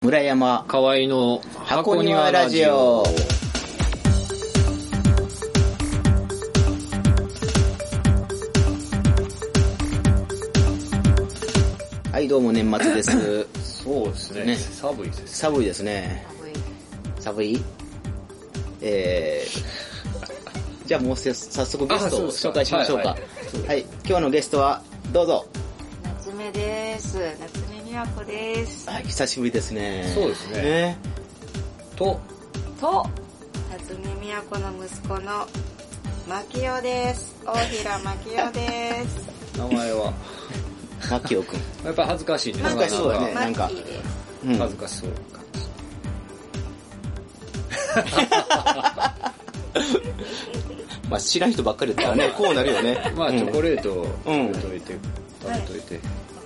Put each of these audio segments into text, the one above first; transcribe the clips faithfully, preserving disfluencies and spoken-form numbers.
村山河合の箱庭ラジオ。はいどうも年末です。 そうですね。ね、寒いです。 寒いですね。寒い。寒い。えー、じゃあもう早速ゲストを紹介しましょうか。はい、はいはい、今日のゲストはどうぞ。 夏目です。夏目みやこです。 はい、久しぶりですね。 そうですね。 ねと、と、夏目みやこの息子のまきおです。大平まきおです。 名前はマキオくん。 やっぱ恥ずかしいね。 恥ずかしそうだね。なんか、 うん、恥ずかしそうな感じ。 まあ知らん人ばっかりだったらね、こうなるよね。 まあチョコレートを食べといて、うん、食べといて。はい、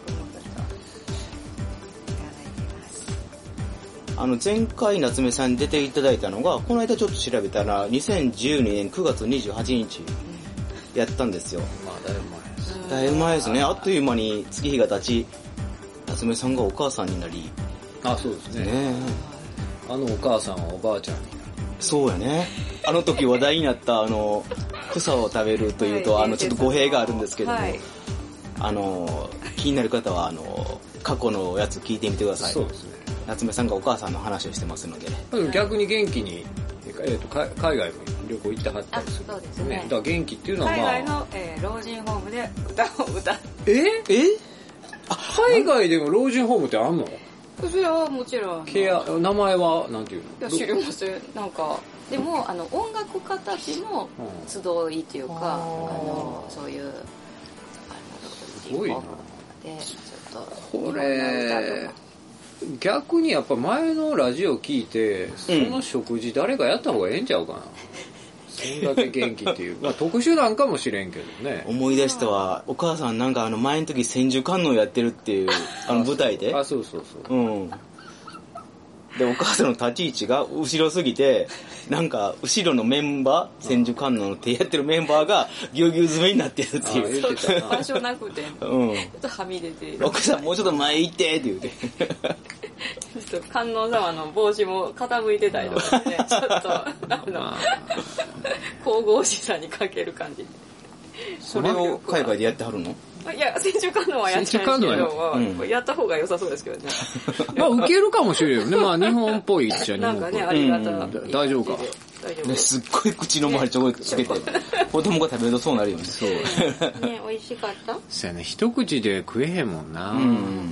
あの前回夏目さんに出ていただいたのが、この間ちょっと調べたらにせんじゅうにねんくがつにじゅうはちにちやったんですよ。 まあだいぶ前です。 だいぶ前ですね。あっという間に月日が経ち、夏目さんがお母さんになり。 あ、そうですね。 ねあのお母さんはおばあちゃんになる。 そうやね。あの時話題になったあの草を食べるというと、はい、あのちょっと語弊があるんですけども、はい、あの気になる方はあの過去のやつ聞いてみてください。 そうですね。 夏目さんがお母さんの話をしてますので。 逆に元気に、えー、と海外も旅行行ってはったりする。 そうですね。 だから元気っていうのはまあ海外の、えー、老人ホームで歌を歌う。 ええあ海外でも老人ホームってあんの？ それはもちろん。 ケア名前はなんていうの？ いや知りません。なんかでもあの音楽家たちの集いっていうか、うん、あのそういうあのすごいな。 でちょっとこれ逆にやっぱ前のラジオ聞いてその食事誰かやった方がええんちゃうかな。そんだけ元気っていうまあ特殊なんかもしれんけどね。 思い出したわ。お母さんなんかあの前の時千手観音やってるっていうあの舞台で。 あ、そうそうそう。 うん。でお母さんの立ち位置が後ろすぎて、なんか後ろのメンバー、千手観音の手やってるメンバーがぎゅうぎゅう詰めになってるっていう。 そうそう場所なくて、うん、ちょっとはみ出て。 奥さんもうちょっと前行ってって言うて。 ちょっと観音様の帽子も傾いてたりとかね、ちょっとあの神々しさに欠ける感じ。 それを海外でやってはるの？ いや、千手観音はやってないですけど、うん、やった方が良さそうですけどね。 まあ、受けるかもしれんよね。まあ、日本っぽいっちゃ日本っぽい。 なんかね、ありがたい。うん、 大丈夫か。 大丈夫。 ね、すっごい口の周りちょこつけて、子供が食べるとそうなるよね。 そう。ね、美味しかった？ そうやね、一口で食えへんもんな。うん、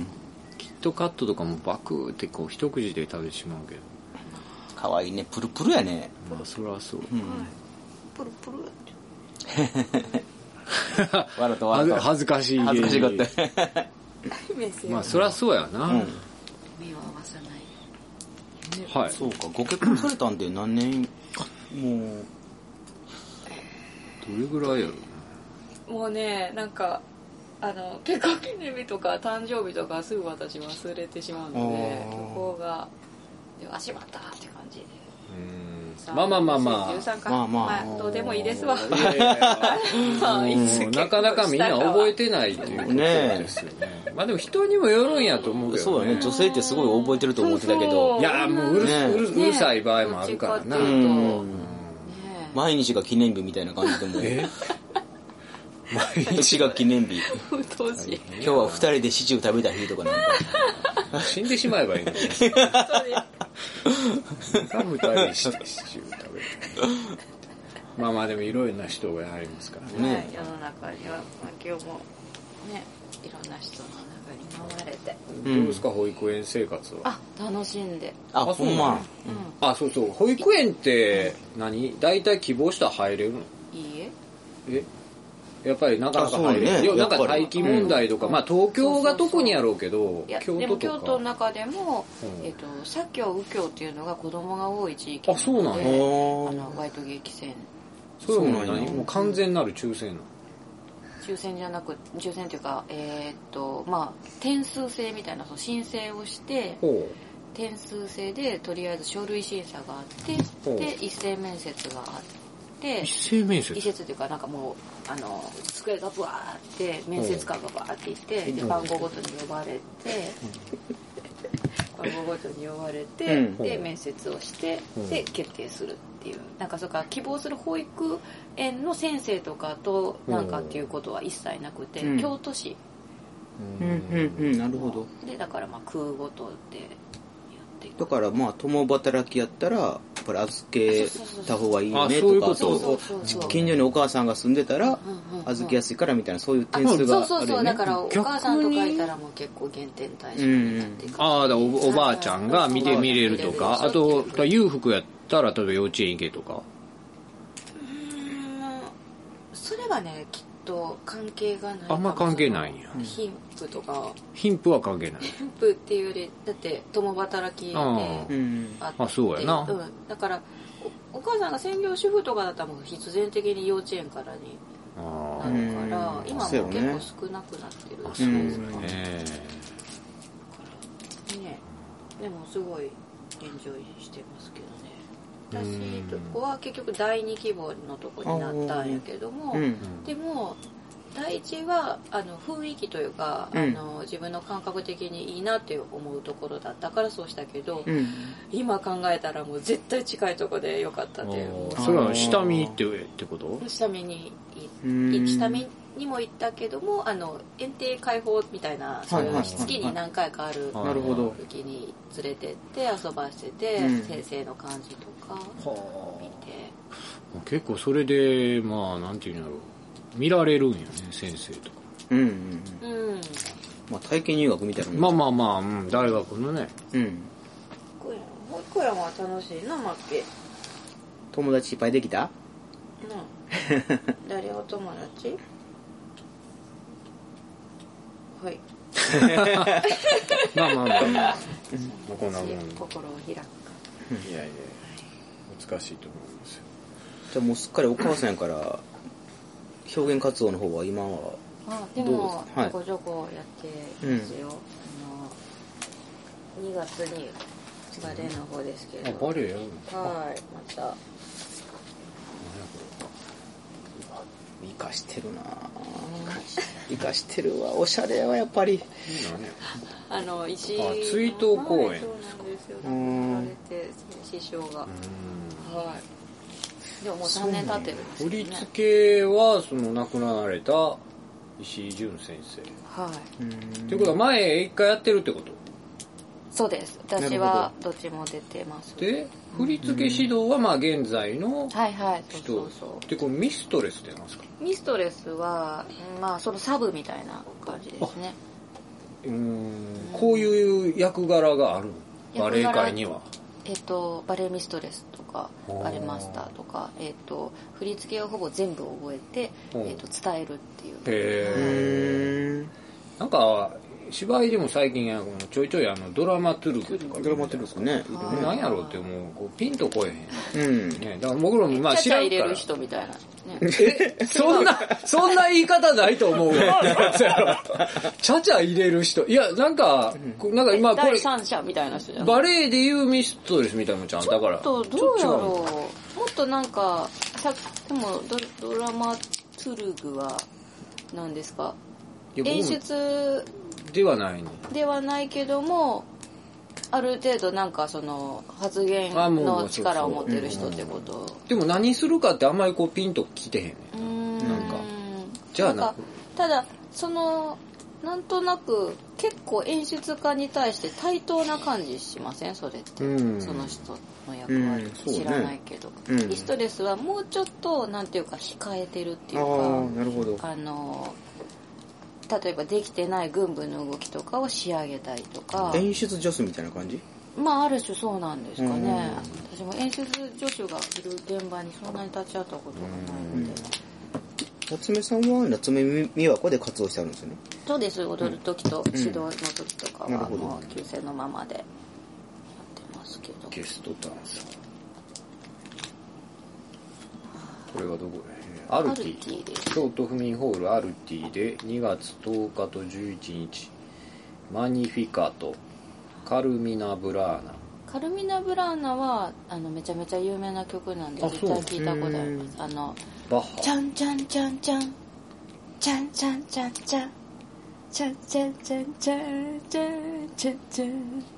キットカットとかもバクってこう一口で食べてしまうけど。 かわいいね、プルプルやね。 まあ、そりゃそう。 うん、プルプルって。 笑と笑と恥ずかしい恥ずかしかったまあそりゃそうやな、うん、 目を合わさない、 はい、そうか。ご結婚されたんで何年もうどれぐらいやろ。 もうね、なんかあの結婚記念日とか誕生日とかすぐ私忘れてしまうので、旅行がであしまったって感じで。 まあまあまあまあまあまあどうでもいいですわ。 なかなかみんな覚えてないっていうことですよね。まあでも人にもよるんやと思うけどね。 そうだね。女性ってすごい覚えてると思ってたけど、 いやもううるうるさい場合もあるからな。 毎日が記念日みたいな感じでも。毎日が記念日。今日は二人でシチュー食べた日とかなんか。 死んでしまえばいいのに。二人でシチュー食べる。まあまあでもいろいろな人がやりますからね。 はい、世の中には、まあ、今日もね、いろんな人の中に回れて。 どうですか、保育園生活は。 あ、楽しんで。 あ、ほんま。 うん、あ、そうそう。保育園って何？大体希望したら入れるの？ いいえ。 え？やっぱりなかなか入れる。ね、なんか待機問題とか、うん、まあ東京が特にやろうけど、 京都とか。でも京都の中でも、うん、えっと、左京、右京っていうのが子供が多い地域なので、 あ、そうなの？ あの、割と激戦。 そうなの？もう完全なる抽選なの？ 抽選じゃなく、抽選っていうか、えー、っと、まあ、点数制みたいな、その申請をして、点数制でとりあえず書類審査があって、で、一斉面接があって、 一斉面接一斉っていうかなんかもうあの机がブワーって面接官がバーっていって、で番号ごとに呼ばれて、こ番号ごとに呼ばれて、うん、で面接をして、うん、で決定するっていうなんかそうか希望する保育園の先生とかとなんかっていうことは一切なくて、うん、京都市、 うんうんうん、なるほど。 でだからまあ区ごとでやっていく。 だからまあ共働きやったらやっぱり預けた方がいいよねとか、と近所にお母さんが住んでたら預けやすいからみたいなそういう点数があるよね。 そうそうそう、だからお母さんとかいたらもう結構減点対象になっていく。 ああ、だからおばあちゃんが見て見れるとか、あと裕福やったら例えば幼稚園行けとか。 うーん、それはねきっと関係がない。 あんま関係ないんや。 貧富とか。 貧富は関係ない。 貧富っていうよりだって共働きであって、 あ、そうやな。 うん、だからお, お母さんが専業主婦とかだったらもう必然的に幼稚園からになるから今も結構少なくなってる。 あ、そうね。 ね、でもすごいエンジョイしてますけどね。私とこは結局だいに希望のとこになったんやけども、うん、でもだいいちはあの雰囲気というか、うん、あの自分の感覚的にいいなって思うところだったからそうしたけど、うん、今考えたらもう絶対近いところでよかったっていう。 それは下見ってってこと？ 下見に下見にも行ったけどもあの園庭開放みたいなそういう月に何回かある時に連れてって遊ばせて、うん、先生の感じとか見て、 結構それでまあなんていうんだろう見られるんよね先生とか。 うんうんうん。まあ体験入学みたいな。 まあまあまあ、うん、大学のね。 うん。 保育園は楽しいなまっけ。 友達いっぱいできた？ なあ。誰お友達？はい。 まあまあまあまあ。こんなもん。 心を開くか。 いやいや難しいと思うんですよ。 じゃあもうすっかりお母さんやから。表現活動の方は今はあでもちょこちょこやってますよ、はい、あのにがつにバレエの方ですけど、 あバレエやるのはいまた生かしてるな生かしてるわおしゃれはやっぱりあの石あ追悼公演そうなんですよ亡くなられて師匠がはいでももうさんねん経ってるんですよね。振り付けはその亡くなられた石井淳先生。 はい。 ということは前一回やってるってこと？ そうです。私はどっちも出てます。 で、振り付け指導はまあ現在の人。 はいはい。そうそうそう。 でこのミストレスって言いますか？ ミストレスはまあそのサブみたいな感じですね。 うーん。こういう役柄があるバレエ界には。 えっと、バレエミストレスとかバレエマスターとか、えっと、振り付けをほぼ全部覚えて、えっと、伝えるっていう。 へー。なんか芝居でも最近ちょいちょいあのドラマトゥルクとかドラマトゥルクね何やろうってもうこうピンとこえへん、うんね、だから僕らもまあ知らんからちゃちゃ入れる人みたいな、ね、 えそんなそんな言い方ないと思うわちゃちゃ入れる人いやなんか、うん、なんか今これ第三者みたいな人じゃんバレエでいうミストレスみたいなのちゃんだからちょっとどうやろうもっとなんかさでも ド, ドラマトゥルクは何ですか演出ではないね。 ではないけどもある程度なんかその発言の力を持ってる人ってこと。 でも何するかってあんまりこうピンときてへんね。うーんなんかじゃあなただそのなんとなく結構演出家に対して対等な感じしませんそれって、うん、その人の役割、うん、知らないけど、うん、ミストレスはもうちょっとなんていうか控えてるっていうかあなるほどあの例えばできてない軍部の動きとかを仕上げたりとか演出助手みたいな感じまあある種そうなんですかね私も演出助手がいる現場にそんなに立ち会ったことがないので夏目さんは夏目美和子で活動してあるんですよねそうです踊る時と指導の時とかはもう旧姓のままでやってますけどゲストダンスこれはどこアルティ京都府民ホールアルティでにがつとおかとじゅういちにちマニフィカトカルミナ・ブラーナカルミナ・ブラーナはあのめちゃめちゃ有名な曲なんで絶対聞いたことありますあのバッハチャンチャンチャンチャンチャンチャンチャンチャンチャンチャンチャンチャンチャンチャンチャン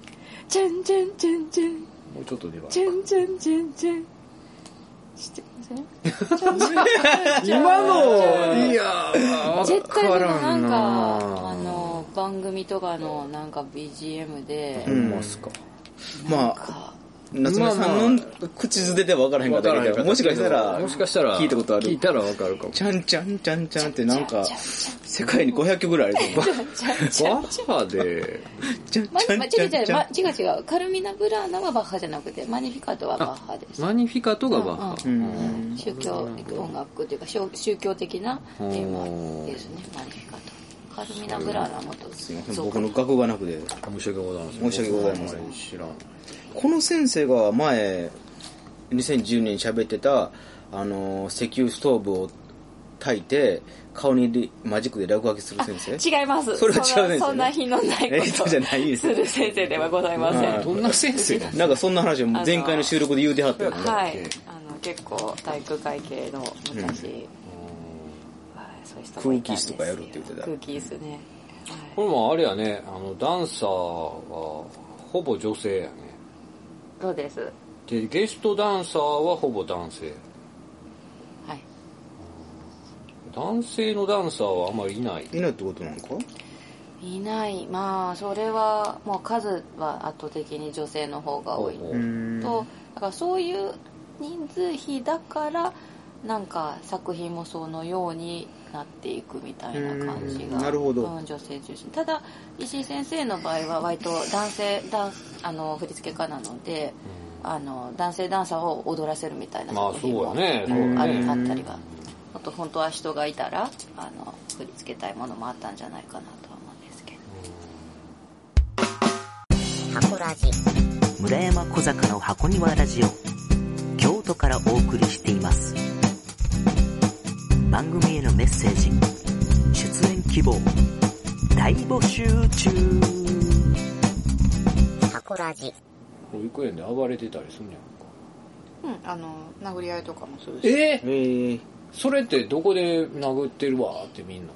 チャンチャンチャンチャン。 もうちょっと出ばチャンチャンチャンチャン。知ってません？ 今の、いやー、 絶対わからなんんなか、あの、番組とかのなんか ビージーエム で、 ほんますか。 まあ、夏目さんの口づてでは分からへんかったけど、もしかしたら、 もしかしたら、 聞いたことある。 聞いたら分かるかも。 ちゃんちゃんちゃんちゃんってなんか、世界にごひゃくきょくぐらいあると思う。 バッハで、 ちゃんま、 ちゃんま、違う違う、 ちゃんちゃん。 ま、違う違う。カルミナ・ブラーナはバッハじゃなくて、マニフィカトはバッハです。 マニフィカトがバッハ。 うんうんうん、宗教音楽っていうか、宗教的なテーマですね、マニフィカト。カルミナ・ブラーナはもっと、 すいません、僕の学がなくて。 申し訳ございません。 申し訳ございません。 知らない。 この先生が前、にせんじゅうねんに喋ってた、あの、石油ストーブを焚いて、顔にマジックで落書きする先生？ 違います。 それは違う先生。 そんな日のないえーとじゃないです。 する先生ではございません。 どんな先生なんかそんな話を前回の収録で言うてはったよね。 はい。あの、結構体育会系の昔、うん、はい、そういう人空気椅子とかやるって言ってた。 空気椅子ね。 はい、これもあれやね、あの、ダンサーはほぼ女性やね。 そうです。 で、ゲストダンサーはほぼ男性。 はい。 男性のダンサーはあんまりいない。 いないってことなのか？ いない。まあ、それは、もう数は圧倒的に女性の方が多い。と、だからそういう人数比だから、なんか作品もそのようになっていくみたいな感じが。 なるほど。 うん、女性中心。ただ、石井先生の場合は割と男性、ダンあの、振付家なので、あの、男性ダンサーを踊らせるみたいな作品も、 まあそうやね、 あったりは。あと本当は人がいたら、あの、振り付けたいものもあったんじゃないかなとは思うんですけど。 箱ラジ。村山小坂の箱庭ラジオ。京都からお送りしています。番組へのメッセージ、出演希望、大募集中。箱ラジ。 保育園で暴れてたりするんやんか。うん、あの、殴り合いとかもするし。 えー、 えー、 それってどこで殴ってるわってみんな。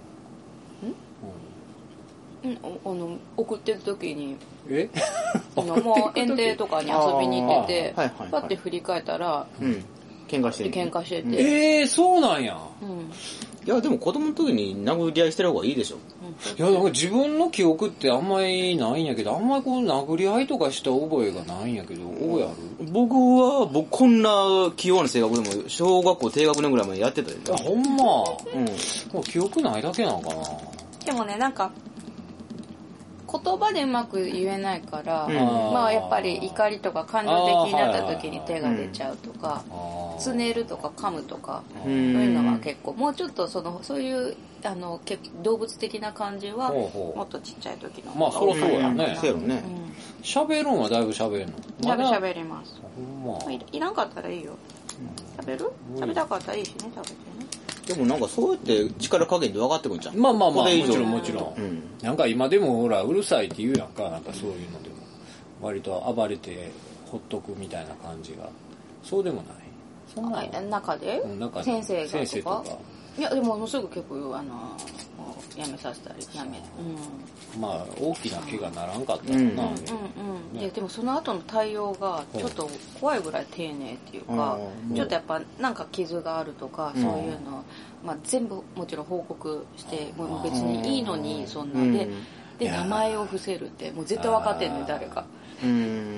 うん、あの、送ってる時に、 えあの、もう園庭とかに遊びに行ってて、 はいはいはい、 パッて振り返ったら、 うん、喧嘩してる。 喧嘩してて。 えー、そうなんや。 うん。 いや、でも子供の時に殴り合いしてる方がいいでしょ。 いや、なんか自分の記憶ってあんまりないんやけど、あんまりこう殴り合いとかした覚えがないんやけど、覚えある？ 僕は、僕こんな器用な性格でも、小学校低学年ぐらいまでやってたよ。 あ、ほんま。うん。もう記憶ないだけなのかな。 でもね、なんか、言葉でうまく言えないから、 うん、 まあやっぱり怒りとか感情的になった時に手が出ちゃうとか、つねるとか噛むとか、そういうのは結構、もうちょっとその、そういう、あの、動物的な感じは、もっとちっちゃい時の。 まあそろそろやね。 そうやろね。 喋るんはだいぶ喋るの？ だいぶ喋ります。 ほんま。 いらんかったらいいよ。喋る？喋りたかったらいいしね、食べてね。 でもなんかそうやって力加減で分かってくんじゃん。 まあまあまあ、 もちろんもちろん、うん。なんか今でもほら、うるさいって言うやんか、なんかそういうのでも。割と暴れてほっとくみたいな感じが。そうでもない。そんな中で、中で先生がとか先生とか。 いや、でももうすぐ結構、あの、やめさせたり、やめ、 うん。まあ、大きな怪我ならんかったらな。うんうんうん。 ね、でもその後の対応がちょっと怖いぐらい丁寧っていうか、ちょっとやっぱなんか傷があるとか、そういうの、まあ全部もちろん報告して、もう別にいいのに、そんなで、で、名前を伏せるって、もう絶対分かってんのよ、誰か。 うん、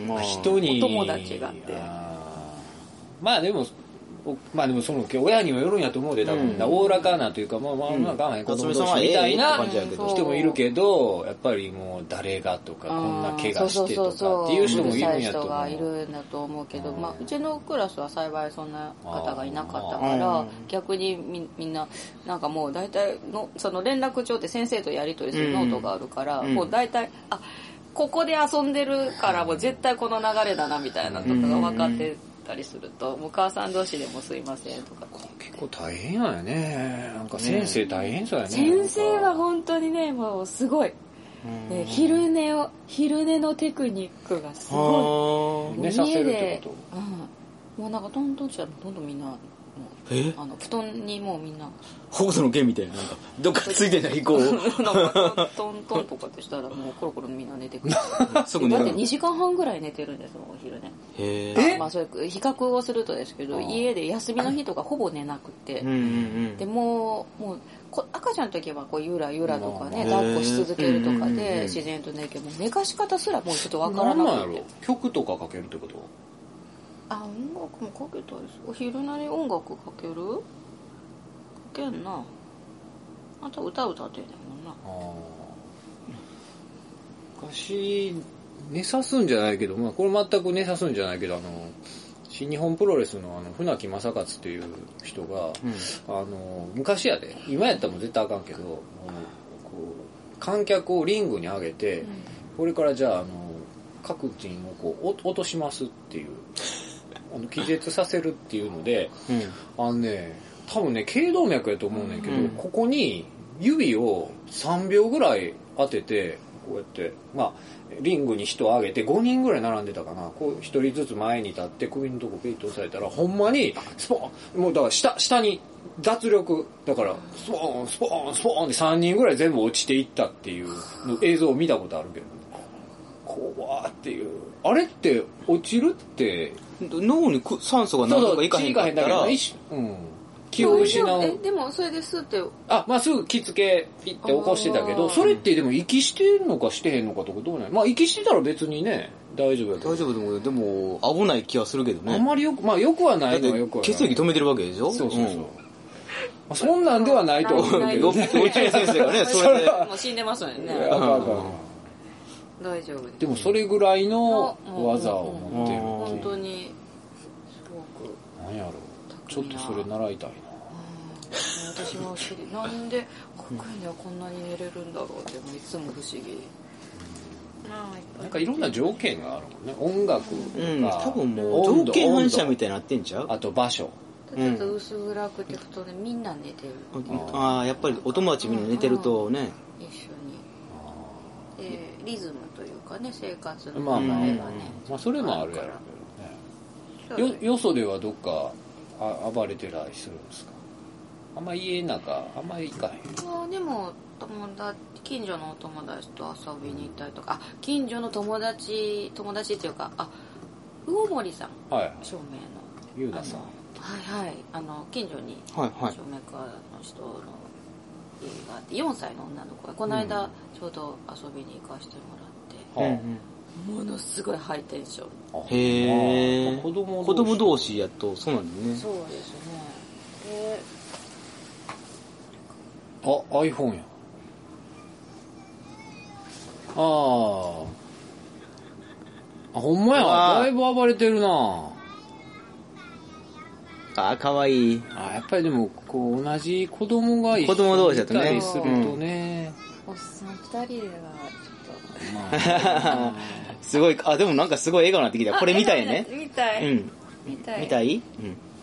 まあ人に。 お友達があって。 まあでも、まあでもその親にもよるんやと思うで、多分おおらかなというか、まあまあまあ我慢へ子供同士みたいな人もいるけど、やっぱりもう誰がとか、こんな怪我してとかっていう人もいるんやと思う。 人がいるんだと思うけど、まあうちのクラスは幸いそんな方がいなかったから、逆にみみんな、なんかもう大体の、その連絡帳って先生とやり取りするノートがあるから、もう大体、あ、ここで遊んでるからもう絶対この流れだなみたいなとかが分かってたりすると、お母さん同士でもすいませんとか。 結構大変なんやね。なんか先生大変そうやね。 先生は本当にね、もうすごい。ね、昼寝を、昼寝のテクニックがすごい。 寝させるってこと？ うん。もうなんかトントンしたらどんどんみんなえあの布団にもうみんな北斗の剣みたいな、なんかどっかついてないこうなんかトントンとかってしたらもうコロコロみんな寝てくるすぐ寝るだってにじかんはんぐらい寝てるんですもんお昼ね。 へえまあそれ比較をするとですけど、家で休みの日とかほぼ寝なくて、 うんうんうん、 でもうもうこ赤ちゃんの時はこうゆらゆらとかね抱っこし続けるとかで自然と寝るけど、もう寝かし方すらもうちょっとわからなくて。 なんやろ曲とかかけるってこと？ あ、音楽もかけたりする。お昼なり音楽かける？かけんな。あと歌歌ってんねんもんな。 あ昔寝さすんじゃないけど、まあこれ全く寝さすんじゃないけど、あの新日本プロレスのあの船木正勝っていう人が、うん、あの昔やで、今やったらもう絶対あかんけど、こう観客をリングに上げて、うん、これからじゃああの各人をこう落としますっていう。あの気絶させるっていうので、うん、あのね、多分ね、頸動脈やと思うねんけど、うん、ここに指をさんびょうぐらい当てて、こうやって、まあ、リングに人を上げてごにんぐらい並んでたかな。こうひとりずつ前に立って首のとこペイッと押さえたら、ほんまにスポーン、もうだから下、下に脱力、だからスポーン、スポーン、スポーンってさんにんぐらい全部落ちていったっていうの映像を見たことあるけど、怖ーっていう。あれって落ちるって脳に酸素が何とかいかへんかったら、 うん、気を失う。 え、でもそれですって、 あ、まあ、すぐ気付けピッて起こしてたけど、それってでも息してるのかしてへんのかとかどうなん？まあ息してたら別にね大丈夫やけど。 大丈夫でもでも危ない気はするけどね。 あんまりよくまあよくはないのはよくはない。 血液止めてるわけでしょ。 そうそうそう。うん、まあ、そんなんではないと思うけど、ね。 幼稚園先生がねそれでもう死んでますよね。 あかんあかん。 大丈夫です。 でもそれぐらいの技を持ってる。 本当にすごく。 なんやろう。ちょっとそれ習いたいな。 私も知りなんで国園ではこんなに寝れるんだろうっていつも不思議。 なんかいろんな条件があるもんね。音楽とか、 うん、多分もう条件反射みたいになってんちゃう？ あと場所。 ちょっと薄暗くて布団でみんな寝てる。 ああ、やっぱりお友達みんな寝てるとね。 一緒に。でリズムというかね、生活のまあまあ、ね、まあそれもあるやろうけどね。よ、よそではどっかあ暴れてたりするんですか？あんま家の中あんまり行かへん。 あでも友達近所のお友達と遊びに行ったりとか、あ近所の友達友達っていうかあ魚森さん、はい、照明のゆうなさん、 はいはいあの近所に照明家の人の家があってよんさいの女の子がこの間ちょうど遊びに行かせてもらって、うん、ものすごいハイテンション。 へえ。子供子供同士やとそうなんだね。 そうですね。であ、iPhone や。ああ。あ、ほんまや。だいぶ暴れてるな。 あ、かわいい。 あ、やっぱりでも、こう、同じ子供が一緒にいたりするとね。 おっさん二人では、ちょっと。 まあ、すごい、あ、でもなんかすごい笑顔になってきた。これ見たいね。 見たい。 うん。 見たい。 見たい？うん。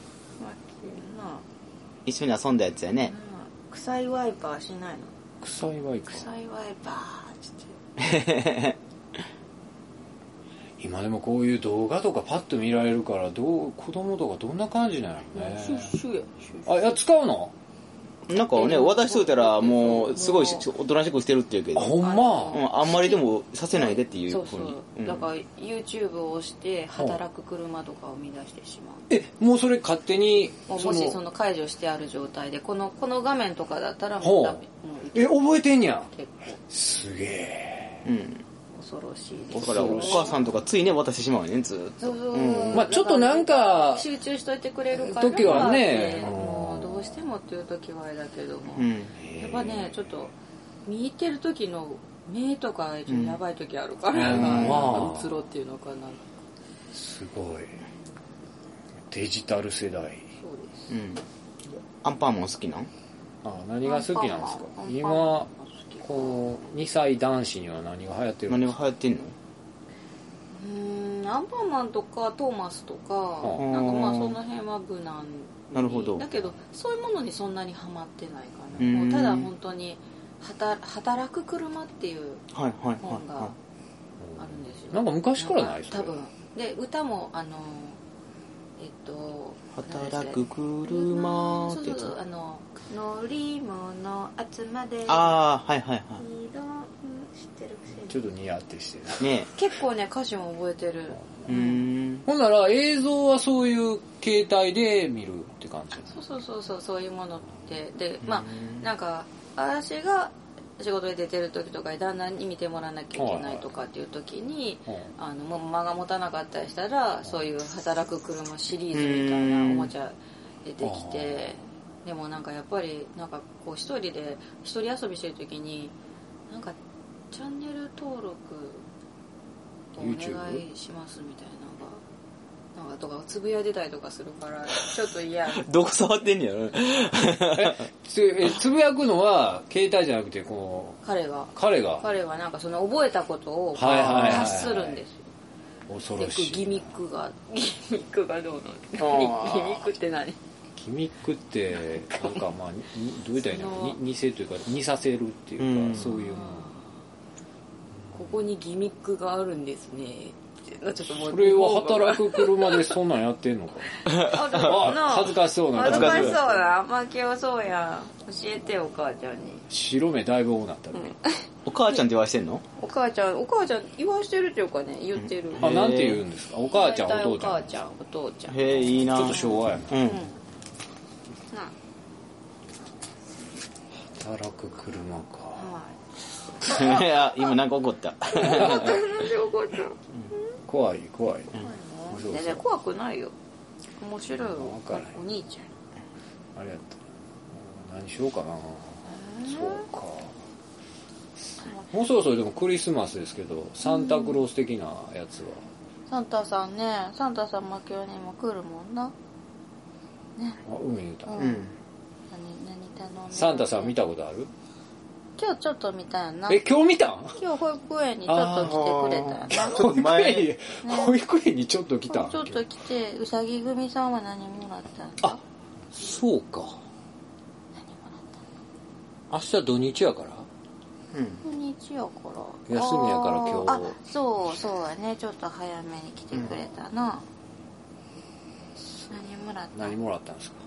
一緒に遊んだやつやね。 臭いワイパーしないの？ 臭いワイパー。 臭いワイパーって。 今でもこういう動画とかパッと見られるからどう子供とかどんな感じなのね。 シュッシュや。 あ、いや使うの？ なんかね渡しといたらもうすごいおとなしくしてるっていうけど。 あ、ほんま。 うん、あんまりでもさせないでっていう。 そうそう。うん、だから YouTube を押して働く車とかを見出してしまう。 え、もうそれ勝手にもしその解除してある状態でこのこの画面とかだったらもうダメ。 え、覚えてんや。 結構。 すげえ。 うん。 恐ろしいです。 だからお母さんとかついね渡してしまうねずっと。 そうそう。 うん、まあちょっとなんか集中しといてくれるから時はね。 もうどうしてもっていう時はあれだけども、うん、やっぱねちょっと見入ってる時の目とかやばい時あるから、うん、なんかうつろっていうのかな。 すごい。デジタル世代。そうです。 うん。アンパンマン好きなん？ あ、何が好きなんですか？今このにさい男子には何が流行ってるんですか？ 何が流行ってんの？ うーん、アンパンマンとかトーマスとか、なんかまあその辺は無難に。 なるほど。 だけどそういうものにそんなにハマってないかな。もうただ本当に働く車っていう本があるんですよ。 なんか昔からないですか？ 多分。で歌もあのえっと働く車ってやつ。 そうそうそう、あの乗り物集まで。 ああ、はいはいはい。 知ってるくせにちょっとニヤってしてるね。 結構ね歌詞も覚えてる。 うーん。 ほんなら映像はそういう携帯で見るって感じ。 そうそうそうそう、そういうものってで、まあなんか私が仕事で出てる時とかに旦那に見てもらわなきゃいけないとかっていう時に、はいはい、あのもう間が持たなかったりしたら、そういう働く車シリーズみたいなおもちゃ出てきて、でもなんかやっぱりなんかこう一人で一人遊びしてる時になんかチャンネル登録お願いしますみたいなのがなんかとかつぶやいてたりとかするからちょっと嫌。 どこ触ってんねやろえつ, つぶやくのは携帯じゃなくてこう彼が彼が彼はなんかその覚えたことを発するんですよ。 恐ろしい。 ギミックがギミックがどうのギミックって何？ ギミックってなんかまあどう言ったらいいの似せというか似させるっていうか、うん、そういうもの。 ここにギミックがあるんですね。ちょっともうそれは働く車でそんなんやってんのか。あ恥ずかしそうな。 恥ずかしそうな。負けをそうや。教えてお母ちゃんに。 白目だいぶ多なったね、 うん。 お母ちゃんって言わしてんの？ お母ちゃん、お母ちゃん言わしてるっていうかね、言ってる。 あ、なんて言うんですか？お母ちゃん、お父ちゃん。 お母ちゃん、お父ちゃん。 へえ、いいな。 ちょっと昭和やな。うん。 な。 働く車か。 はい。 いや今なんか怒った。 なんで怒った？ 怖い怖い。 全然怖くないよ。面白いよ。お兄ちゃん。ありがとう。何しようかな。そうか。もうそろそろでもクリスマスですけど、サンタクロース的なやつは。 サンタさんね、サンタさんも今日にも来るもんな。ね。 あ、海にいた。うん。 何何頼んで？ サンタさん見たことある？ 今日ちょっと見たやんな。 え、今日見たん？ 今日保育園にちょっと来てくれたやんな。 保育園に、ね、保育園にちょっと来たん？ ちょっと来て、うさぎ組さんは何もらったん？ あ、そうか。何もらったの？明日土日やから？ うん。土日やから。 休みやから今日。 あ、そう、そうやね。ちょっと早めに来てくれたな。うん、何もらった何もらったんですか？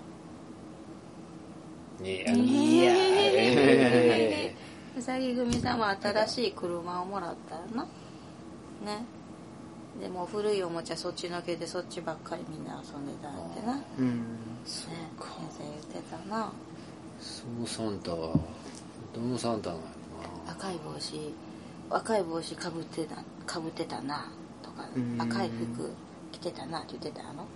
いや、 いや、えーうさぎ組さんは新しい車をもらったよな。ね。でも古いおもちゃそっちのけでそっちばっかりみんな遊んでたんやってな。 うん。 ね、先生言ってたな。 そのサンタはどのサンタなのかな。赤い帽子、赤い帽子かぶってた、かぶってたなとか、赤い服着てたなって言ってたの。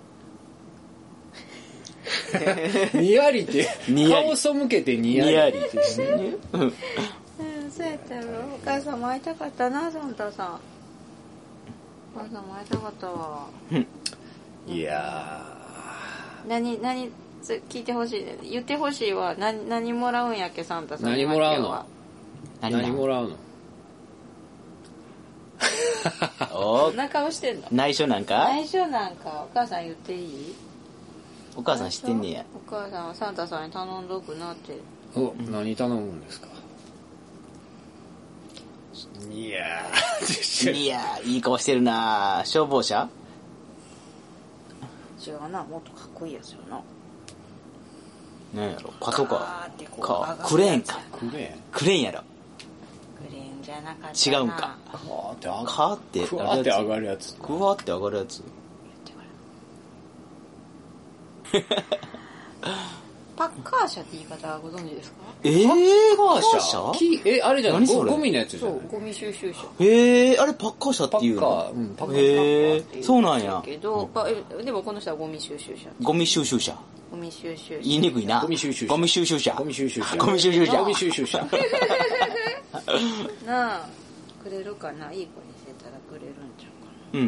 にやりって顔背けてにやりってしてね。 うん、そうやったよ。お母さんも会いたかったな、サンタさん。お母さんも会いたかったわ。 いやー。何、何、聞いてほしいね。言ってほしいわ。何、何もらうんやっけ、サンタさん。 何もらうの？何もらうの？ おどんな顔してんの？ 内緒なんか？ 内緒なんか。お母さん言っていい？ お母さん知ってんねや。 お母さんはサンタさんに頼んどくなって。 お、何頼むんですか？いやー。いやー、いい顔してるな。消防車？ 違うな、もっとかっこいいやつよな。 何やろ、パトカー。か、クレーンか。 クレーン？ クレーンやろ。 クレーンじゃなかったな。 違うんか。 カーって上がる。 カーってクワーって上がるやつ。 クワーって上がるやつ。 パッカー車って言い方はご存知ですか？ えー、 パッカー車？え、あれじゃないゴミのやつじゃない？ そう、ゴミ収集車。 へえー、あれパッカー車っていうの？ パッカー、うん、パッカー。 へえー、そうなんや。 けど、うん、でもこの人はゴミ収集車。 ゴミ収集車。 ゴミ収集車。 言いにくいな。 ゴミ収集車。 ゴミ収集車。 ゴミ収集車。 ゴミ収集車。 ゴミ収集車。 なあ、くれるかな？いい子にしてたらくれるんちゃうかな。 うん。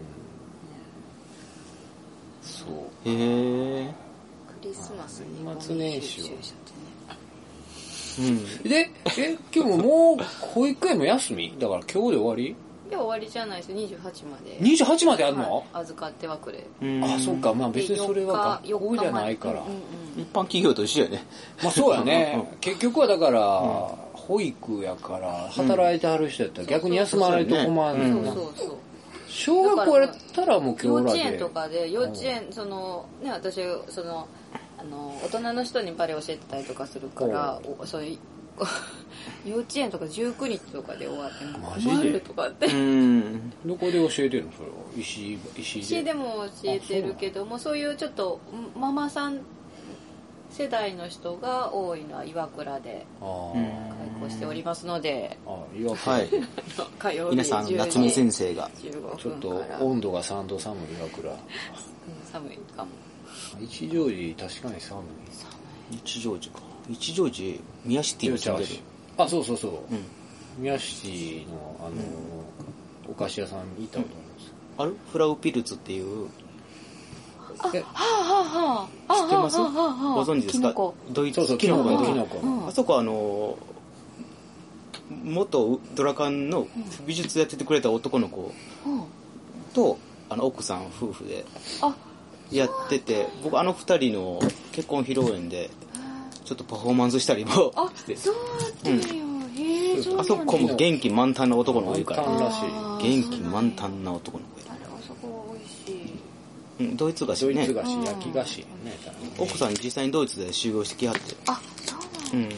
そう。 へえ。 クリスマスに年末年始を。 うん。 で、え、今日ももう保育園も休み？だから今日で終わり？ いや終わりじゃないですよ。にじゅうはちまで。 にじゅうはちまであるの？ はい、預かってはくれ。 あ、そっか。まあ別にそれは学校じゃないから。うんうんうん、一般企業と一緒やね。 まあそうやね。結局はだから、保育やから、働いてはる人やったら逆に休まないと困るの、うんうん。そうそうそう。 小学校やったらもう幼稚園とかで、幼稚園、その、ね、私、その、あの、大人の人にバレエ教えてたりとかするから、そういう、幼稚園とかじゅうくにちとかで終わってマジでとかってうんどこで教えてるのそれは石井石井で石井でも教えてるけどもそういうちょっとママさん世代の人が多いのは岩倉で開講しておりますのであ岩倉、 はい、 火曜日皆さん夏目先生がちょっと温度がさんど寒い岩倉、うん、 寒いかも一乗寺確かに寒い一乗寺か一乗寺宮敷に住んでるあそうそうそう、うん、宮敷のあの、うん、お菓子屋さんに行ったことあります、 うん、あるフラウピルツっていうあはあはあはあ知ってます、はあはあ、ご存知ですかドイツキノコの、うん、あそこあの元ドラカンの美術やっててくれた男の子とあの奥さん夫婦でやってて僕あの二人の結婚披露宴でちょっとパフォーマンスしたりもして。 あ、そうだったよ。うん、へえ、そうなんだ。 あそこも元気満タンな男の子いるから。 らしい。 元気満タンな男の子いる。 あれ、あそこ美味しい。 うん、ドイツ菓子ね。 ドイツ菓子、焼き菓子ね。 奥さん実際にドイツで修行してきはって。 あ、そうなんだ。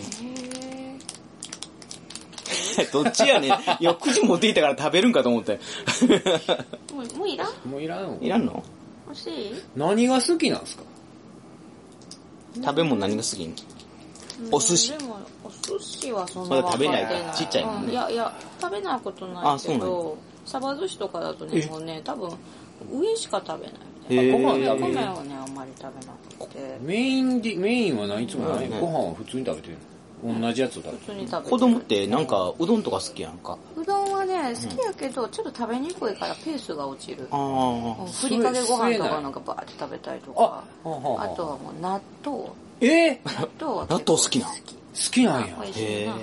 へえ。どっちやねん。いや、くじ持っていたから食べるんかと思って。 もう、もういらんもういらんいらんの欲しい何が好きなんですか食べ物何が好きお寿司。 でもお寿司はそんなまだ食べないかちっちゃいもんね、 うん、いやいや食べないことないけどサバ寿司とかだとねもうね多分上しか食べないみたいなご飯米はねあんまり食べなくてメインでメインは何いつも何、うん、ご飯は普通に食べてるの同じやつを食べてる普通に食べてる子供ってなんかうどんとか好きやんかうどんはね好きやけど、うん、ちょっと食べにくいからペースが落ちるあ、うん、 ふりかけご飯とかなんかバーって食べたりとか あ, あとはもう納豆えー、 納豆は納豆好きな好きなんや美味しいなへ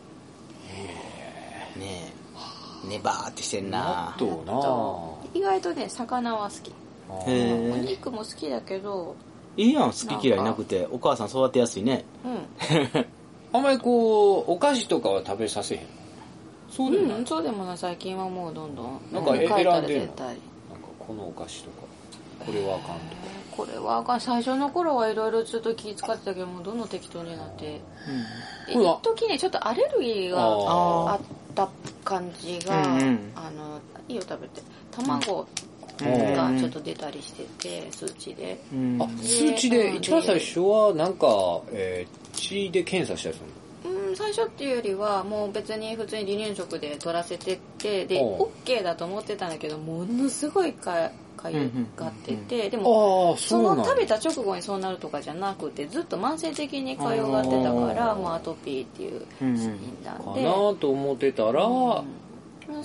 えねえねばーってしてんな納豆な意外とね魚は好きへお肉も好きだけどいいやん好き嫌いなくてお母さん育てやすいねうんあんまりこうお菓子とかは食べさせへんそうでもない、うん、そうでもない最近はもうどんどんなんか選んでんのなんかこのお菓子とかこれはあかんとかこれはあかん最初の頃はいろいろちょっと気使ってたけどもうどんどん適当になって一時ねちょっとアレルギーがあった感じが、うんうん、あのいいよ食べて卵がちょっと出たりしてて数値で、 うん、あ数値で一番最初はなんか、えー、血で検査したりするのうん、最初っていうよりはもう別に普通に離乳食で取らせてってで OK だと思ってたんだけどものすごいかかゆがっててでもその食べた直後にそうなるとかじゃなくてずっと慢性的にかゆがってたからもうアトピーっていう診断でかなと思ってたら、うん、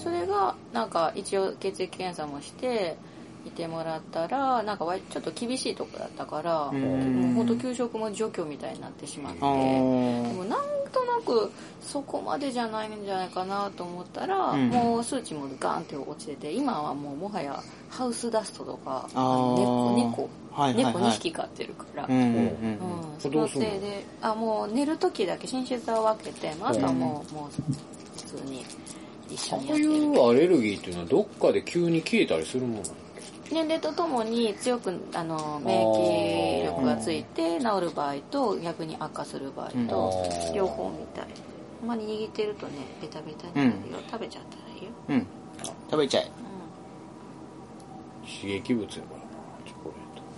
それがなんか一応血液検査もしていてもらったらなんかちょっと厳しいとこだったから、うん、もう本当給食も除去みたいになってしまってでもなんとなくそこまでじゃないんじゃないかなと思ったら、うん、もう数値もガーンって落ちてて今はもうもはやハウスダストとか猫猫、はいはいはい、猫にひき飼ってるから、うんうんうん、そのせいであもう寝る時だけ寝室を分けてあとはもう、うん、もう普通に一緒にやってる。 そういうアレルギーっていうのはどっかで急に消えたりするものなの？ 年齢とともに強くあの免疫力がついて治る場合と逆に悪化する場合と両方みたい。あんまり握ってるとねベタベタになるよ、うん、食べちゃったらいいよ。 うん。食べちゃえ。 うん、刺激物やからなチョコレート。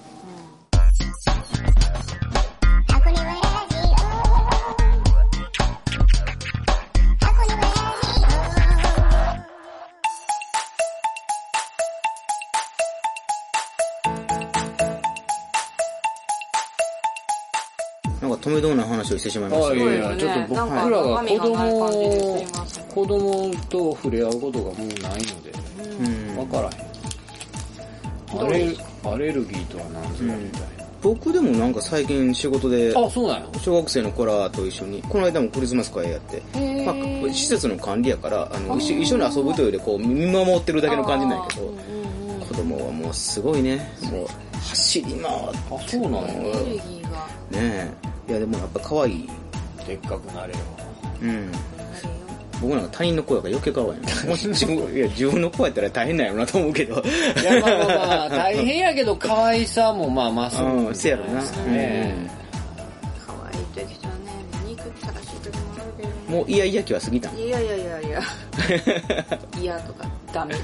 止めどうな話をしてしまいました。 あ、いやいや、ちょっと僕らが子供、子供と触れ合うことがもうないので、うん、分からへん。アレ、アレルギーとは何ぞやみたいな、うん。 僕でもなんか最近仕事で、 あ、そうなんや。 小学生の子らと一緒に、この間もクリスマス会やって、まあ、施設の管理やから、あの一緒、一緒に遊ぶというよりこう見守ってるだけの感じなんやけど、子供はもうすごいね、もう走り回って。 あ、そうなんや。アレルギーが。 ねえ。いやでもやっぱ可愛いでっかくなれようん僕なんか他人の子やから余計可愛いな。もし自分、いや、自分の子やったら大変なんやろなと思うけど。 いや、まあまあまあ、大変やけど、可愛さもまあ、まあそう。 うん、せやろな。ね可愛い時とね、肉探しい時もあるけど。 もう、イヤイヤ期は過ぎたん？ いやいやいやいや。嫌とか、ダメとか。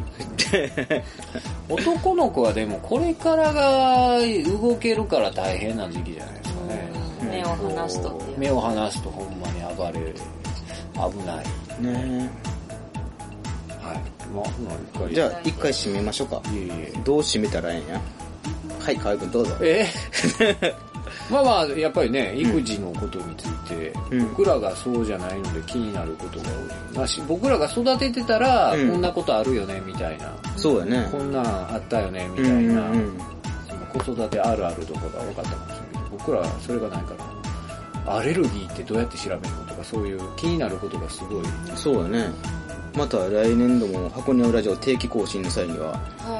男の子はでも、これからが動けるから大変な時期じゃないですかね。 目を離すとっていう。 目を離すとほんまに暴れる。危ない。 ねはい。まあ、一回。 じゃあ、一回締めましょうか。 いえいえ。 どう締めたらええんや。はい、河合くんどうぞ。 えまあまあ、やっぱりね、育児のことについて、うん、僕らがそうじゃないので気になることが多い。まあ、僕らが育ててたら、うん、こんなことあるよね、みたいな。 そうやね。 こんなんあったよね、みたいな。うんうんうん、その子育てあるあるとかが分かったかもしれないけど、僕らはそれがないから、アレルギーってどうやって調べるのとか、そういう気になることがすごい。 そうやね。また来年度も箱庭ラジオ定期更新の際には、はい、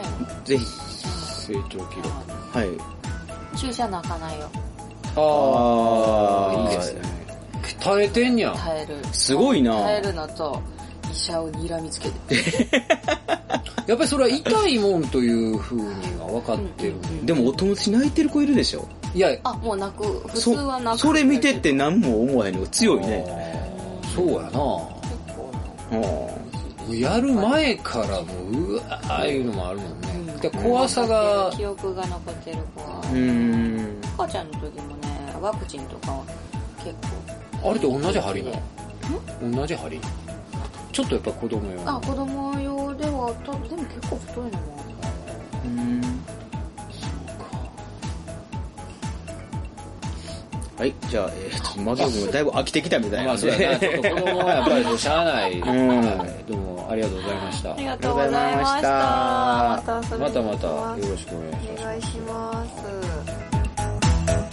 ぜひ成長記録。 はい。 注射泣かないよ。 ああ、いいですね。耐えてんにゃん。 耐える。 すごいな。 耐えるのと、医者を睨みつけて。 やっぱりそれは痛いもんという風には分かってる、うん、 でもお友達泣いてる子いるでしょ。 いや、 あ、もう泣く。普通は泣く。 そ, それ見てって何も思わへんのが強いね。 そうやな。結構な。やる前からもう、うわーいうのもあるもんね。うん、怖さが。 記憶が残ってる子は。 うーん。 赤ちゃんの時もね、ワクチンとかは結構。 あれと同じ針なの？同じ針？ちょっとやっぱ子供用。 あ、子供用では、でも結構太いのも。 うーん。はい、じゃあ、えー、マギオ君がだいぶ飽きてきたみたいな、ね。まあそうやな、ちょっと子供はやっぱりしゃあない。うん。どうもありがとうございました。 ありがとうございました。また遊びに来ます。 またまたよろしくお願いします。 お願いします。